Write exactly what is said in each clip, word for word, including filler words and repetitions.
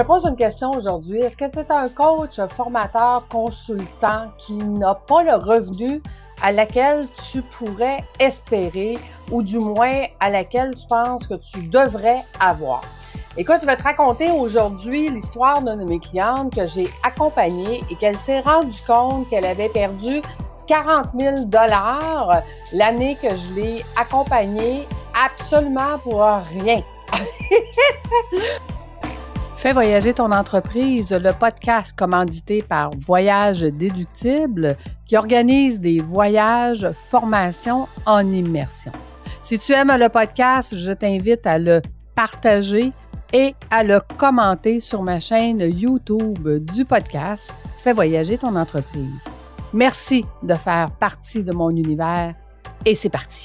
te pose une question aujourd'hui. Est-ce que tu es un coach, un formateur, consultant qui n'a pas le revenu à laquelle tu pourrais espérer ou du moins à laquelle tu penses que tu devrais avoir? Écoute, je vais te raconter aujourd'hui l'histoire d'une de mes clientes que j'ai accompagnée et qu'elle s'est rendue compte qu'elle avait perdu quarante mille dollars l'année que je l'ai accompagnée absolument pour rien. Fais voyager ton entreprise, le podcast commandité par Voyage Déductible qui organise des voyages, formations en immersion. Si tu aimes le podcast, je t'invite à le partager et à le commenter sur ma chaîne YouTube du podcast Fais voyager ton entreprise. Merci de faire partie de mon univers et c'est parti.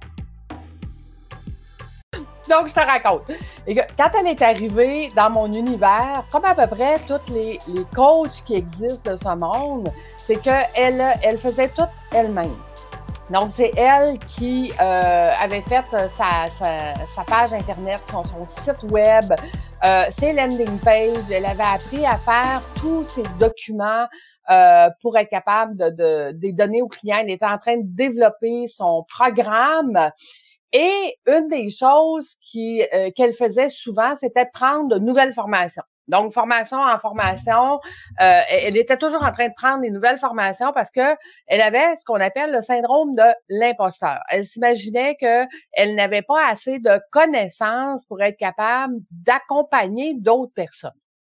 Donc, je te raconte. Et que, quand elle est arrivée dans mon univers, comme à peu près tous les, les coachs qui existent de ce monde, c'est qu'elle elle faisait tout elle-même. Donc, c'est elle qui euh, avait fait sa, sa, sa page Internet, son, son site web, euh, ses landing pages. Elle avait appris à faire tous ces documents euh, pour être capable de, de, de les donner aux clients. Elle était en train de développer son programme. Et une des choses qui euh, qu'elle faisait souvent, c'était de prendre de nouvelles formations. Donc, formation en formation, euh, elle était toujours en train de prendre des nouvelles formations parce que elle avait ce qu'on appelle le syndrome de l'imposteur. Elle s'imaginait que elle n'avait pas assez de connaissances pour être capable d'accompagner d'autres personnes.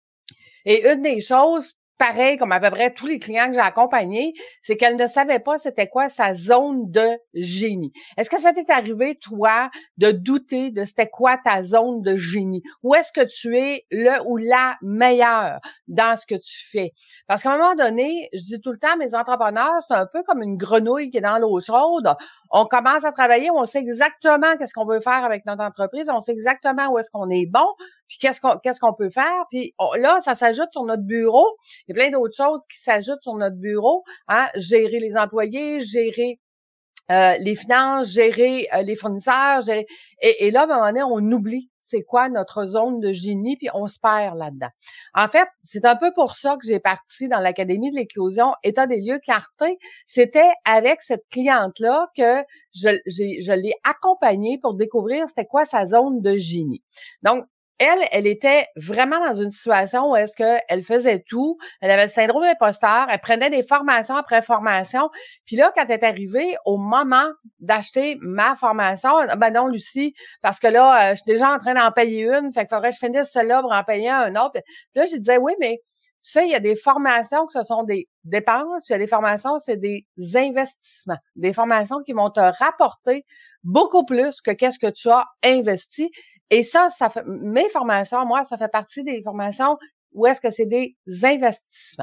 Et une des choses, pareil comme à peu près tous les clients que j'ai accompagnés, c'est qu'elle ne savait pas c'était quoi sa zone de génie. Est-ce que ça t'est arrivé, toi, de douter de c'était quoi ta zone de génie? Où est-ce que tu es le ou la meilleure dans ce que tu fais? Parce qu'à un moment donné, je dis tout le temps, mes entrepreneurs, c'est un peu comme une grenouille qui est dans l'eau chaude. On commence à travailler, on sait exactement qu'est-ce qu'on veut faire avec notre entreprise, on sait exactement où est-ce qu'on est bon, puis qu'est-ce qu'on qu'est-ce qu'on peut faire. Puis on, là, ça s'ajoute sur notre bureau. Il y a plein d'autres choses qui s'ajoutent sur notre bureau, hein, gérer les employés, gérer euh, les finances, gérer euh, les fournisseurs, gérer... Et, et là, à un moment donné, on oublie c'est quoi notre zone de génie, puis on se perd là-dedans. En fait, c'est un peu pour ça que j'ai parti dans l'Académie de l'éclosion État des lieux clarté. C'était avec cette cliente-là que je, j'ai, je l'ai accompagnée pour découvrir c'était quoi sa zone de génie. Donc, Elle, elle était vraiment dans une situation où est-ce qu'elle faisait tout. Elle avait le syndrome d'imposteur. Elle prenait des formations après formation. Puis là, quand elle est arrivée au moment d'acheter ma formation, ben non, Lucie, parce que là, euh, je suis déjà en train d'en payer une. Fait qu'il faudrait que je finisse celle-là pour en payer un autre. Puis là, je disais, oui, mais tu sais, il y a des formations que ce sont des dépenses, puis il y a des formations, c'est des investissements. Des formations qui vont te rapporter beaucoup plus que qu'est-ce que tu as investi. Et ça, ça fait, mes formations, moi, ça fait partie des formations où est-ce que c'est des investissements.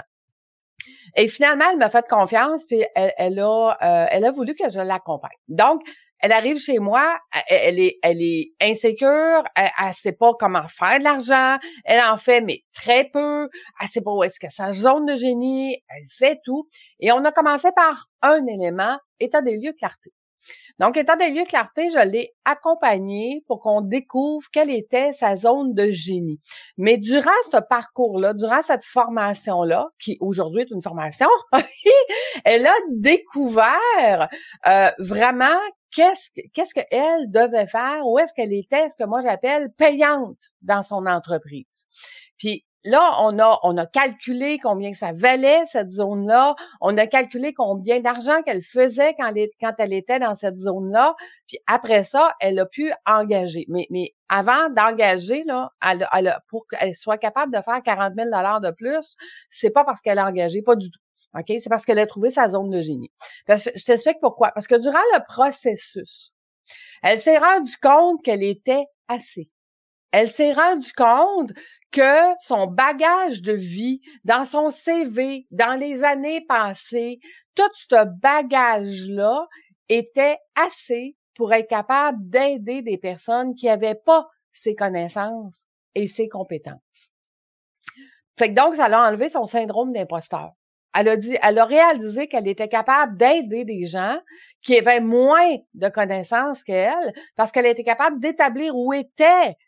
Et finalement, elle m'a fait confiance, puis elle, elle a, euh, elle a voulu que je l'accompagne. Donc, elle arrive chez moi, elle, elle est, elle est insécure, elle, elle sait pas comment faire de l'argent, elle en fait, mais très peu, elle sait pas où est-ce que sa zone de génie, elle fait tout. Et on a commencé par un élément, état des lieux clarté. Donc, état des lieux clarté, je l'ai accompagnée pour qu'on découvre quelle était sa zone de génie. Mais durant ce parcours-là, durant cette formation-là, qui aujourd'hui est une formation, elle a découvert euh, vraiment qu'est-ce que, qu'est-ce qu'elle devait faire, où est-ce qu'elle était, ce que moi j'appelle payante dans son entreprise. Puis, là, on a, on a calculé combien que ça valait, cette zone-là. On a calculé combien d'argent qu'elle faisait quand elle, quand elle était dans cette zone-là. Puis après ça, elle a pu engager. Mais, mais avant d'engager, là, elle, elle, pour qu'elle soit capable de faire quarante mille dollars de plus, c'est pas parce qu'elle a engagé, pas du tout. OK? C'est parce qu'elle a trouvé sa zone de génie. Parce que je t'explique pourquoi. Parce que durant le processus, elle s'est rendue compte qu'elle était assez. Elle s'est rendue compte que son bagage de vie, dans son C V, dans les années passées, tout ce bagage-là était assez pour être capable d'aider des personnes qui n'avaient pas ses connaissances et ses compétences. Fait que donc, ça l'a enlevé son syndrome d'imposteur. Elle a dit, elle a réalisé qu'elle était capable d'aider des gens qui avaient moins de connaissances qu'elle parce qu'elle était capable d'établir où était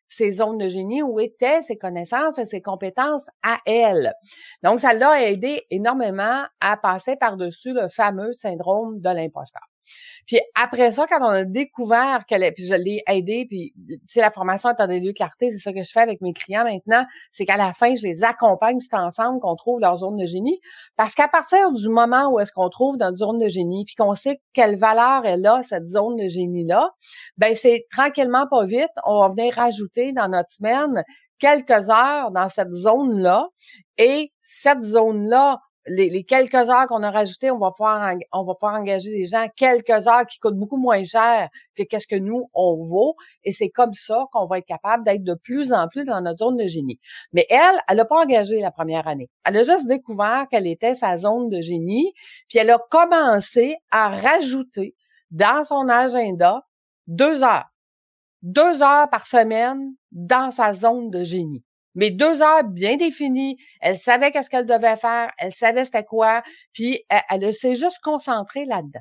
ses zones de génie, où étaient ses connaissances et ses compétences à elle. Donc, ça l'a aidé énormément à passer par-dessus le fameux syndrome de l'imposteur. Puis après ça, quand on a découvert qu'elle est, puis je l'ai aidée, puis tu sais, la formation état des lieux clarté, c'est ça que je fais avec mes clients maintenant, c'est qu'à la fin, je les accompagne, puis c'est ensemble qu'on trouve leur zone de génie. Parce qu'à partir du moment où est-ce qu'on trouve notre zone de génie, puis qu'on sait quelle valeur elle a, cette zone de génie-là, ben c'est tranquillement, pas vite, on va venir rajouter dans notre semaine quelques heures dans cette zone-là, et cette zone-là, Les, les quelques heures qu'on a rajoutées, on va pouvoir on va pouvoir engager des gens quelques heures qui coûtent beaucoup moins cher que qu'est-ce que nous on vaut, et c'est comme ça qu'on va être capable d'être de plus en plus dans notre zone de génie. Mais elle, elle n'a pas engagé la première année. Elle a juste découvert quelle était sa zone de génie, puis elle a commencé à rajouter dans son agenda deux heures, deux heures par semaine dans sa zone de génie. Mais deux heures bien définies, elle savait qu'est-ce qu'elle devait faire, elle savait c'était quoi, puis elle, elle s'est juste concentrée là-dedans.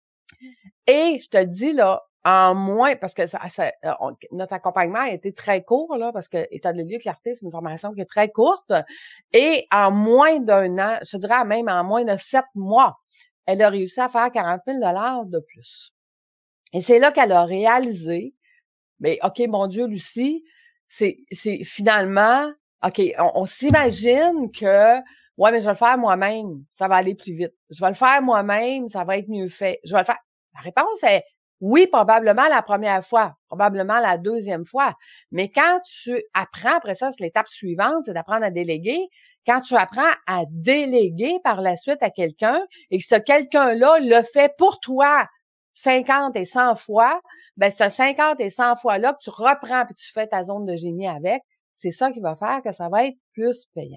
Et je te dis, là, en moins, parce que ça, ça, on, notre accompagnement a été très court, là, parce que État des lieux clarté, c'est une formation qui est très courte, et en moins d'un an, je te dirais même en moins de sept mois, elle a réussi à faire quarante mille dollars de plus. Et c'est là qu'elle a réalisé, mais OK, mon Dieu, Lucie, c'est, c'est finalement, OK, on, on s'imagine que, ouais, mais je vais le faire moi-même, ça va aller plus vite. Je vais le faire moi-même, ça va être mieux fait. Je vais le faire. La réponse est oui, probablement la première fois, probablement la deuxième fois. Mais quand tu apprends, après ça, c'est l'étape suivante, c'est d'apprendre à déléguer. Quand tu apprends à déléguer par la suite à quelqu'un et que ce quelqu'un-là le fait pour toi, cinquante et cent fois, ben ce cinquante et cent fois-là que tu reprends puis tu fais ta zone de génie avec, c'est ça qui va faire que ça va être plus payant.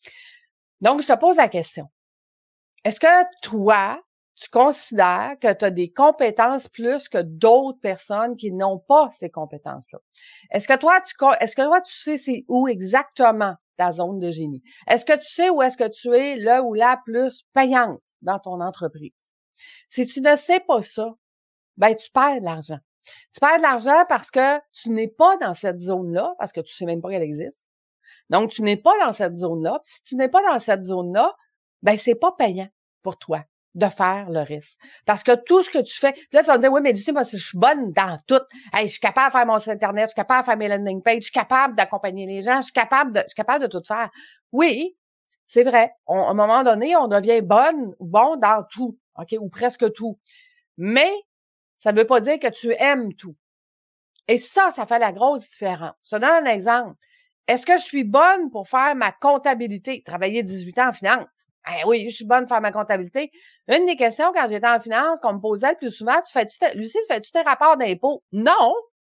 Donc, je te pose la question. Est-ce que toi, tu considères que tu as des compétences plus que d'autres personnes qui n'ont pas ces compétences-là? Est-ce que toi, tu est-ce que toi, tu sais c'est où exactement ta zone de génie? Est-ce que tu sais où est-ce que tu es là ou la plus payante dans ton entreprise? Si tu ne sais pas ça, ben tu perds de l'argent. Tu perds de l'argent parce que tu n'es pas dans cette zone-là, parce que tu sais même pas qu'elle existe. Donc, tu n'es pas dans cette zone-là. Puis si tu n'es pas dans cette zone-là, ben c'est pas payant pour toi de faire le reste. Parce que tout ce que tu fais, puis là, tu vas me dire, oui, mais Lucie, moi, je suis bonne dans tout. Hey, je suis capable de faire mon site Internet, je suis capable de faire mes landing pages, je suis capable d'accompagner les gens, je suis capable de, je suis capable de tout faire. Oui, c'est vrai. On, à un moment donné, on devient bonne ou bon dans tout, OK, ou presque tout. Mais ça ne veut pas dire que tu aimes tout. Et ça, ça fait la grosse différence. Je te donne un exemple. Est-ce que je suis bonne pour faire ma comptabilité? Travailler dix-huit ans en finance. Eh oui, je suis bonne pour faire ma comptabilité. Une des questions quand j'étais en finance qu'on me posait le plus souvent, tu fais-tu tes, Lucie, tu fais-tu tes rapports d'impôts? Non!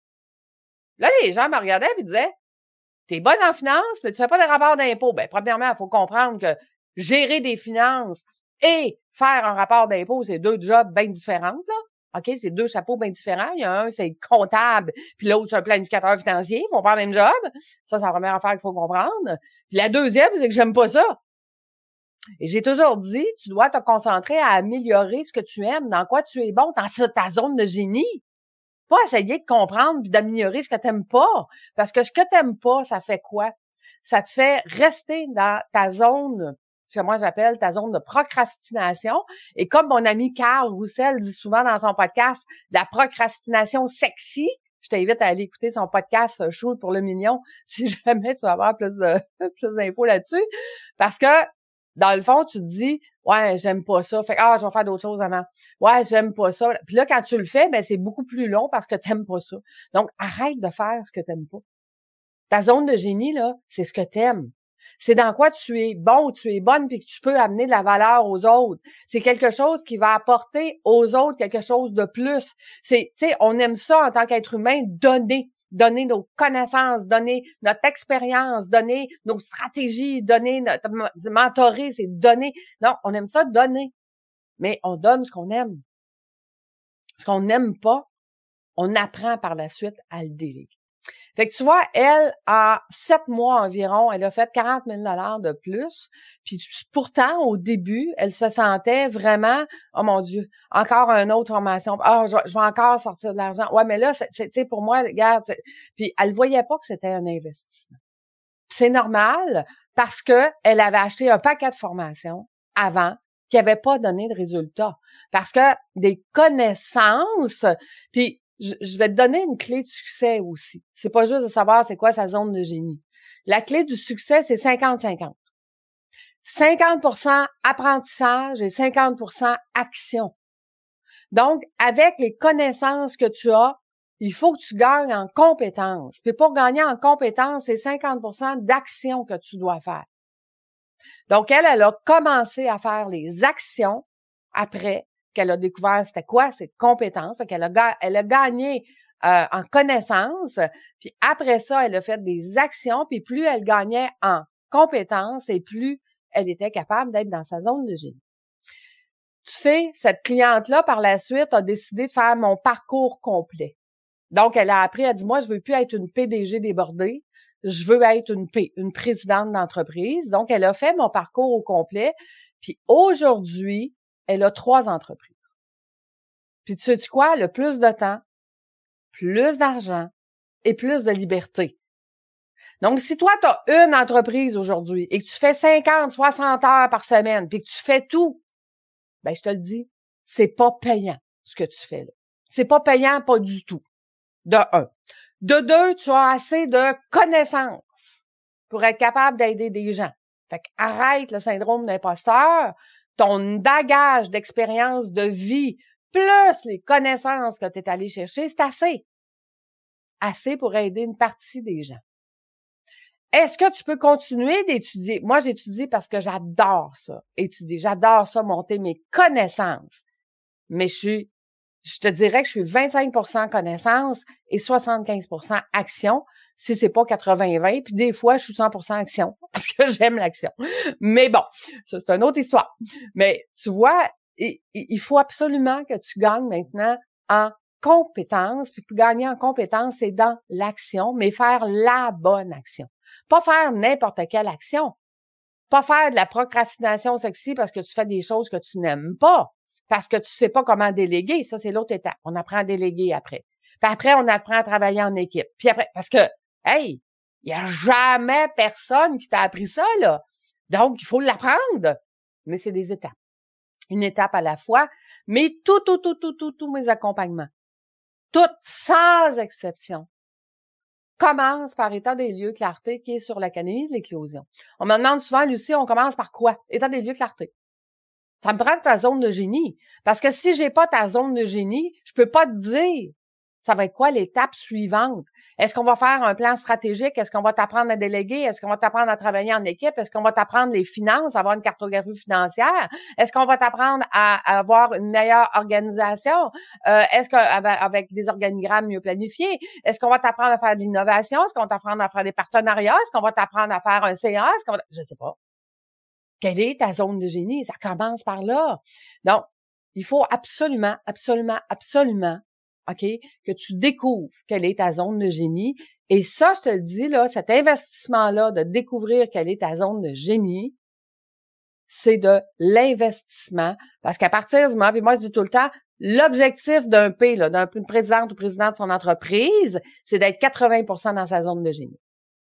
Là, les gens me regardaient et disaient, t'es bonne en finance, mais tu fais pas de rapports d'impôts. Ben, premièrement, il faut comprendre que gérer des finances et faire un rapport d'impôts, c'est deux jobs bien différents, là. OK, c'est deux chapeaux bien différents. Il y a un, c'est comptable, puis l'autre, c'est un planificateur financier. Ils font pas le même job. Ça, c'est la première affaire qu'il faut comprendre. Puis la deuxième, c'est que j'aime pas ça. Et j'ai toujours dit, tu dois te concentrer à améliorer ce que tu aimes, dans quoi tu es bon, dans ta zone de génie. Pas essayer de comprendre puis d'améliorer ce que t'aimes pas. Parce que ce que t'aimes pas, ça fait quoi? Ça te fait rester dans ta zone, ce que moi j'appelle ta zone de procrastination. Et comme mon ami Carl Roussel dit souvent dans son podcast, la procrastination sexy. Je t'invite à aller écouter son podcast Shoot pour le million si jamais tu vas avoir plus de plus d'infos là-dessus. Parce que dans le fond, tu te dis, ouais, j'aime pas ça. Fait que, ah, je vais faire d'autres choses avant. Ouais, j'aime pas ça. Puis là, quand tu le fais, ben, c'est beaucoup plus long parce que t'aimes pas ça. Donc, arrête de faire ce que t'aimes pas. Ta zone de génie, là, c'est ce que t'aimes. C'est dans quoi tu es bon ou tu es bonne puis que tu peux amener de la valeur aux autres. C'est quelque chose qui va apporter aux autres quelque chose de plus. C'est, tu sais, on aime ça en tant qu'être humain, donner. Donner nos connaissances, donner notre expérience, donner nos stratégies, donner notre mentorer, c'est donner. Non, on aime ça donner. Mais on donne ce qu'on aime. Ce qu'on n'aime pas, on apprend par la suite à le déléguer. Fait que tu vois, elle, en sept mois environ, elle a fait quarante mille dollars de plus. Puis pourtant, au début, elle se sentait vraiment, oh mon Dieu, encore une autre formation. Ah, je, je vais encore sortir de l'argent. Ouais, mais là, c'est, tu sais, pour moi, regarde, c'est... Puis elle voyait pas que c'était un investissement. C'est normal parce que elle avait acheté un paquet de formations avant qui n'avaient pas donné de résultats. Parce que des connaissances, puis je, je vais te donner une clé de succès aussi. C'est pas juste de savoir c'est quoi sa zone de génie. La clé du succès, c'est cinquante cinquante. cinquante pour cent apprentissage et cinquante pour cent action. Donc, avec les connaissances que tu as, il faut que tu gagnes en compétences. Puis pour gagner en compétences, c'est cinquante pour cent d'action que tu dois faire. Donc, elle, elle a commencé à faire les actions après qu'elle a découvert c'était quoi ces compétences. Fait qu'elle a, elle a gagné euh, en connaissances. Puis après ça, elle a fait des actions. Puis plus elle gagnait en compétences et plus elle était capable d'être dans sa zone de génie. Tu sais, cette cliente-là, par la suite, a décidé de faire mon parcours complet. Donc, elle a appris, elle a dit, moi, je veux plus être une P D G débordée, je veux être une P, une présidente d'entreprise. Donc, elle a fait mon parcours au complet. Puis aujourd'hui, elle a trois entreprises. Puis tu sais-tu quoi? Elle a plus de temps, plus d'argent et plus de liberté. Donc, si toi, tu as une entreprise aujourd'hui et que tu fais cinquante, soixante heures par semaine, puis que tu fais tout, ben je te le dis, c'est pas payant ce que tu fais là. C'est pas payant, pas du tout. De un. De deux, tu as assez de connaissances pour être capable d'aider des gens. Fait qu'arrête le syndrome d'imposteur. Ton bagage d'expérience de vie, plus les connaissances que tu es allé chercher, c'est assez. Assez pour aider une partie des gens. Est-ce que tu peux continuer d'étudier? Moi, j'étudie parce que j'adore ça, étudier. J'adore ça, monter mes connaissances. Mais je suis, je te dirais que je suis vingt-cinq pour cent connaissances et soixante-quinze pour cent action, si c'est pas quatre-vingts vingt. Puis des fois, je suis cent pour cent action parce que j'aime l'action. Mais bon, ça, c'est une autre histoire. Mais tu vois, il, il faut absolument que tu gagnes maintenant en compétences. Puis pour gagner en compétences, c'est dans l'action, mais faire la bonne action. Pas faire n'importe quelle action. Pas faire de la procrastination sexy parce que tu fais des choses que tu n'aimes pas. Parce que tu sais pas comment déléguer. Ça, c'est l'autre étape. On apprend à déléguer après. Puis après, on apprend à travailler en équipe. Puis après, parce que, hey, il y a jamais personne qui t'a appris ça, là. Donc, il faut l'apprendre. Mais c'est des étapes. Une étape à la fois. Mais tout, tout, tout, tout, tout, tous mes accompagnements. Toutes, sans exception, commence par état des lieux clarté qui est sur l'Académie de l'éclosion. On me demande souvent, Lucie, on commence par quoi? État des lieux clarté. Ça me prend ta zone de génie. Parce que si j'ai pas ta zone de génie, je peux pas te dire ça va être quoi l'étape suivante. Est-ce qu'on va faire un plan stratégique? Est-ce qu'on va t'apprendre à déléguer? Est-ce qu'on va t'apprendre à travailler en équipe? Est-ce qu'on va t'apprendre les finances, avoir une cartographie financière? Est-ce qu'on va t'apprendre à, à avoir une meilleure organisation? Euh, est-ce qu'avec avec des organigrammes mieux planifiés? Est-ce qu'on va t'apprendre à faire de l'innovation? Est-ce qu'on va t'apprendre à faire des partenariats? Est-ce qu'on va t'apprendre à faire un C A? Est-ce qu'on va... Je sais pas. Quelle est ta zone de génie? Ça commence par là. Donc, il faut absolument, absolument, absolument, OK, que tu découvres quelle est ta zone de génie. Et ça, je te le dis, là, cet investissement-là de découvrir quelle est ta zone de génie, c'est de l'investissement. Parce qu'à partir du moment, puis moi, je dis tout le temps, l'objectif d'un P, là, d'une présidente ou président de son entreprise, c'est d'être quatre-vingts pour cent dans sa zone de génie.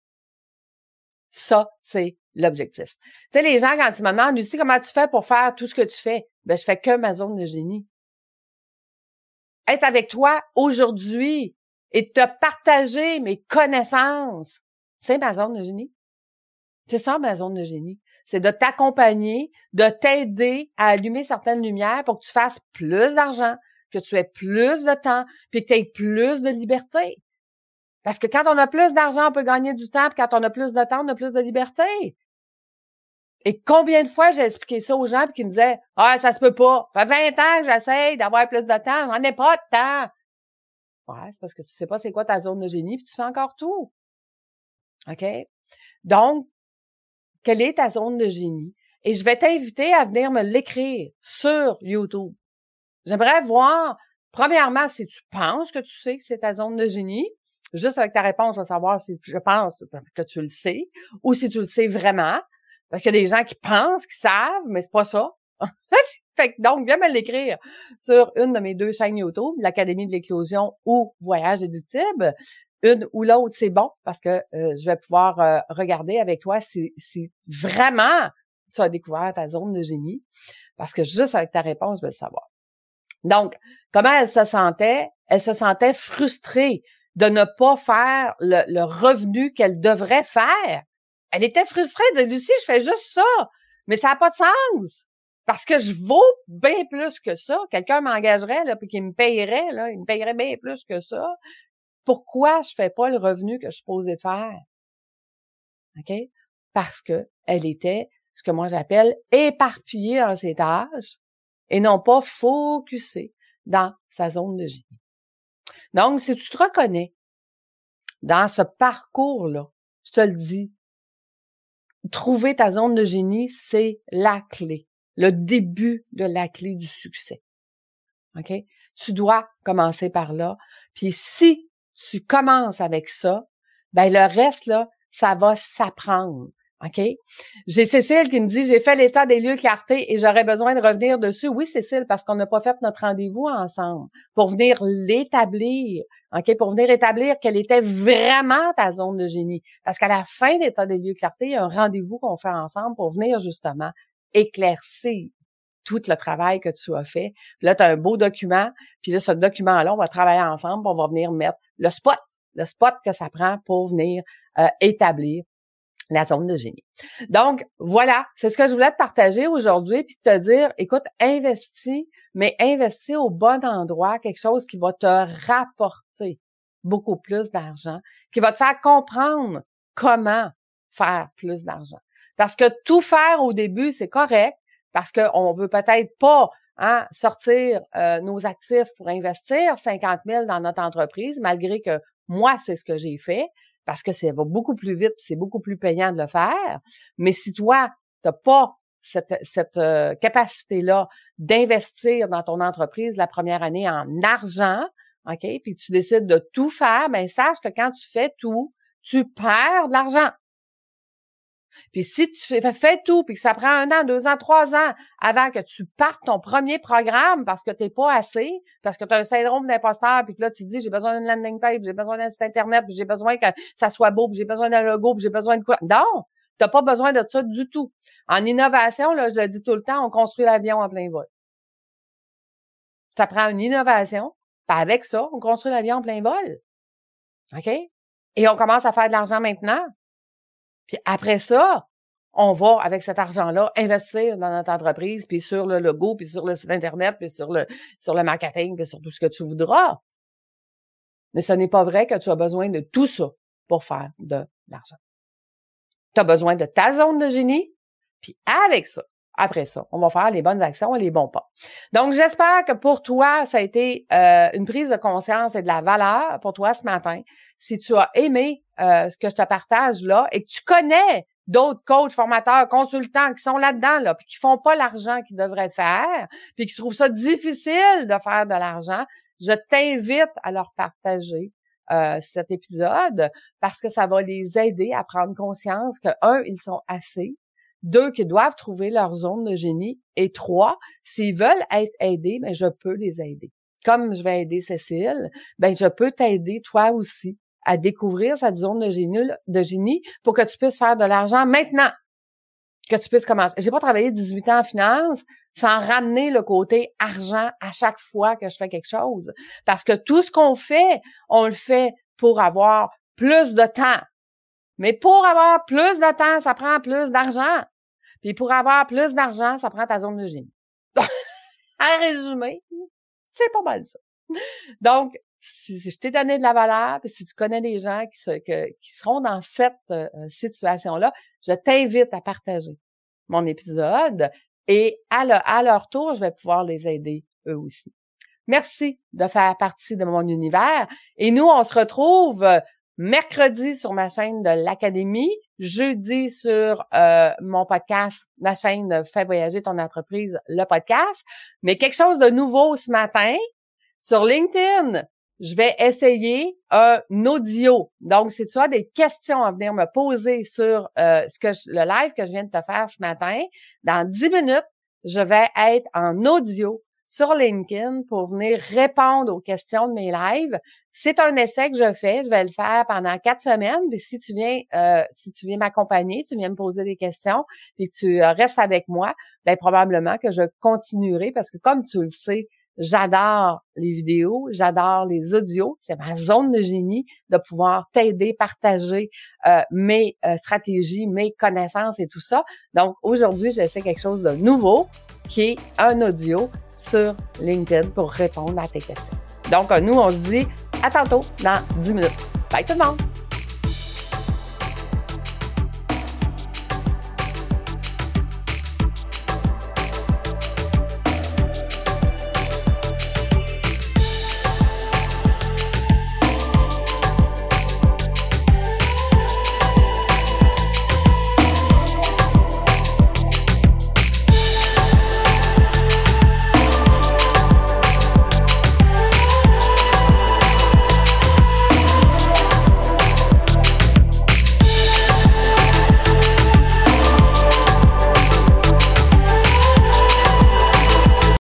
Ça, c'est l'objectif. Tu sais, les gens, quand ils me demandent, Lucie, comment tu fais pour faire tout ce que tu fais? Ben, je fais que ma zone de génie. Être avec toi aujourd'hui et te partager mes connaissances, c'est ma zone de génie. C'est ça, ma zone de génie. C'est de t'accompagner, de t'aider à allumer certaines lumières pour que tu fasses plus d'argent, que tu aies plus de temps, puis que tu aies plus de liberté. Parce que quand on a plus d'argent, on peut gagner du temps, puis quand on a plus de temps, on a plus de liberté. Et combien de fois j'ai expliqué ça aux gens puis qui me disaient « Ah, ça se peut pas. Ça fait vingt ans que j'essaye d'avoir plus de temps. J'en ai pas de temps. » Ouais, c'est parce que tu sais pas c'est quoi ta zone de génie puis tu fais encore tout. OK? Donc, quelle est ta zone de génie? Et je vais t'inviter à venir me l'écrire sur YouTube. J'aimerais voir, premièrement, si tu penses que tu sais que c'est ta zone de génie. Juste avec ta réponse, je vais savoir si je pense que tu le sais ou si tu le sais vraiment. Parce qu'il y a des gens qui pensent qu'ils savent, mais c'est pas ça. Fait que donc, viens me l'écrire sur une de mes deux chaînes YouTube, l'Académie de l'éclosion ou Voyage éductible. Une ou l'autre, c'est bon parce que euh, je vais pouvoir euh, regarder avec toi si, si vraiment tu as découvert ta zone de génie. Parce que juste avec ta réponse, je vais le savoir. Donc, comment elle se sentait? Elle se sentait frustrée de ne pas faire le, le revenu qu'elle devrait faire. Elle était frustrée de dire, Lucie, je fais juste ça, mais ça n'a pas de sens. Parce que je vaux bien plus que ça. Quelqu'un m'engagerait, là, puis qu'il me payerait, là, il me payerait bien plus que ça. Pourquoi je fais pas le revenu que je suis supposée faire? OK? Parce que elle était, ce que moi j'appelle, éparpillée dans ses tâches et non pas focusée dans sa zone de génie. Donc, si tu te reconnais dans ce parcours-là, je te le dis, trouver ta zone de génie, c'est la clé. Le début de la clé du succès. OK? Tu dois commencer par là. Puis si tu commences avec ça, ben le reste, là, ça va s'apprendre. OK? J'ai Cécile qui me dit, j'ai fait l'état des lieux clarté et j'aurais besoin de revenir dessus. Oui, Cécile, parce qu'on n'a pas fait notre rendez-vous ensemble pour venir l'établir. OK? Pour venir établir quelle était vraiment ta zone de génie. Parce qu'à la fin d'état des lieux clarté, il y a un rendez-vous qu'on fait ensemble pour venir justement éclaircir tout le travail que tu as fait. Puis là, tu as un beau document. Puis là, ce document-là, on va travailler ensemble. On va venir mettre le spot, le spot que ça prend pour venir euh, établir la zone de génie. Donc, voilà, c'est ce que je voulais te partager aujourd'hui, puis te dire, écoute, investis, mais investis au bon endroit, quelque chose qui va te rapporter beaucoup plus d'argent, qui va te faire comprendre comment faire plus d'argent. Parce que tout faire au début, c'est correct, parce qu'on veut peut-être pas hein, sortir euh, nos actifs pour investir cinquante mille dans notre entreprise, malgré que moi, c'est ce que j'ai fait, parce que ça va beaucoup plus vite, c'est beaucoup plus payant de le faire. Mais si toi, tu n'as pas cette, cette euh, capacité-là d'investir dans ton entreprise la première année en argent, OK, puis tu décides de tout faire, bien, sache que quand tu fais tout, tu perds de l'argent. Puis si tu fais, fais tout, puis que ça prend un an, deux ans, trois ans avant que tu partes ton premier programme parce que tu n'es pas assez, parce que tu as un syndrome d'imposteur, puis que là, tu te dis, j'ai besoin d'une landing page, j'ai besoin d'un site Internet, puis j'ai besoin que ça soit beau, puis j'ai besoin d'un logo, puis j'ai besoin de quoi. Non, tu n'as pas besoin de ça du tout. En innovation, là, je le dis tout le temps, on construit l'avion en plein vol. Ça prend une innovation, puis avec ça, on construit l'avion en plein vol. OK? Et on commence à faire de l'argent maintenant. Puis après ça, on va, avec cet argent-là, investir dans notre entreprise, puis sur le logo, puis sur le site Internet, puis sur le, sur le marketing, puis sur tout ce que tu voudras. Mais ce n'est pas vrai que tu as besoin de tout ça pour faire de l'argent. Tu as besoin de ta zone de génie, puis avec ça, après ça, on va faire les bonnes actions et les bons pas. Donc, j'espère que pour toi, ça a été euh, une prise de conscience et de la valeur pour toi ce matin. Si tu as aimé euh, ce que je te partage là et que tu connais d'autres coachs, formateurs, consultants qui sont là-dedans, là, puis qui font pas l'argent qu'ils devraient faire, puis qui trouvent ça difficile de faire de l'argent, je t'invite à leur partager euh, cet épisode parce que ça va les aider à prendre conscience que, un, ils sont assez, deux, qu'ils doivent trouver leur zone de génie, et trois, s'ils veulent être aidés, ben je peux les aider. Comme je vais aider Cécile, ben je peux t'aider toi aussi à découvrir cette zone de génie, de génie pour que tu puisses faire de l'argent maintenant, que tu puisses commencer. J'ai pas travaillé dix-huit ans en finance sans ramener le côté argent à chaque fois que je fais quelque chose. Parce que tout ce qu'on fait, on le fait pour avoir plus de temps. Mais pour avoir plus de temps, ça prend plus d'argent. Puis pour avoir plus d'argent, ça prend ta zone de génie. En résumé, c'est pas mal ça. Donc, si, si je t'ai donné de la valeur, puis si tu connais des gens qui, se, que, qui seront dans cette euh, situation-là, je t'invite à partager mon épisode et à, le, à leur tour, je vais pouvoir les aider eux aussi. Merci de faire partie de mon univers. Et nous, on se retrouve mercredi sur ma chaîne de l'Académie, jeudi sur euh, mon podcast, ma chaîne Fais voyager ton entreprise, le podcast. Mais quelque chose de nouveau ce matin, sur LinkedIn, je vais essayer un audio. Donc, si tu as des questions à venir me poser sur euh, ce que je, le live que je viens de te faire ce matin, dans dix minutes, je vais être en audio sur LinkedIn pour venir répondre aux questions de mes lives. C'est un essai que je fais, je vais le faire pendant quatre semaines. Puis si tu viens, euh, si tu viens m'accompagner, tu viens me poser des questions, puis tu euh, restes avec moi, bien probablement que je continuerai parce que comme tu le sais, j'adore les vidéos, j'adore les audios. C'est ma zone de génie de pouvoir t'aider, partager euh, mes euh, stratégies, mes connaissances et tout ça. Donc aujourd'hui, j'essaie quelque chose de nouveau qui est un audio sur LinkedIn pour répondre à tes questions. Donc, nous, on se dit à tantôt dans dix minutes. Bye tout le monde!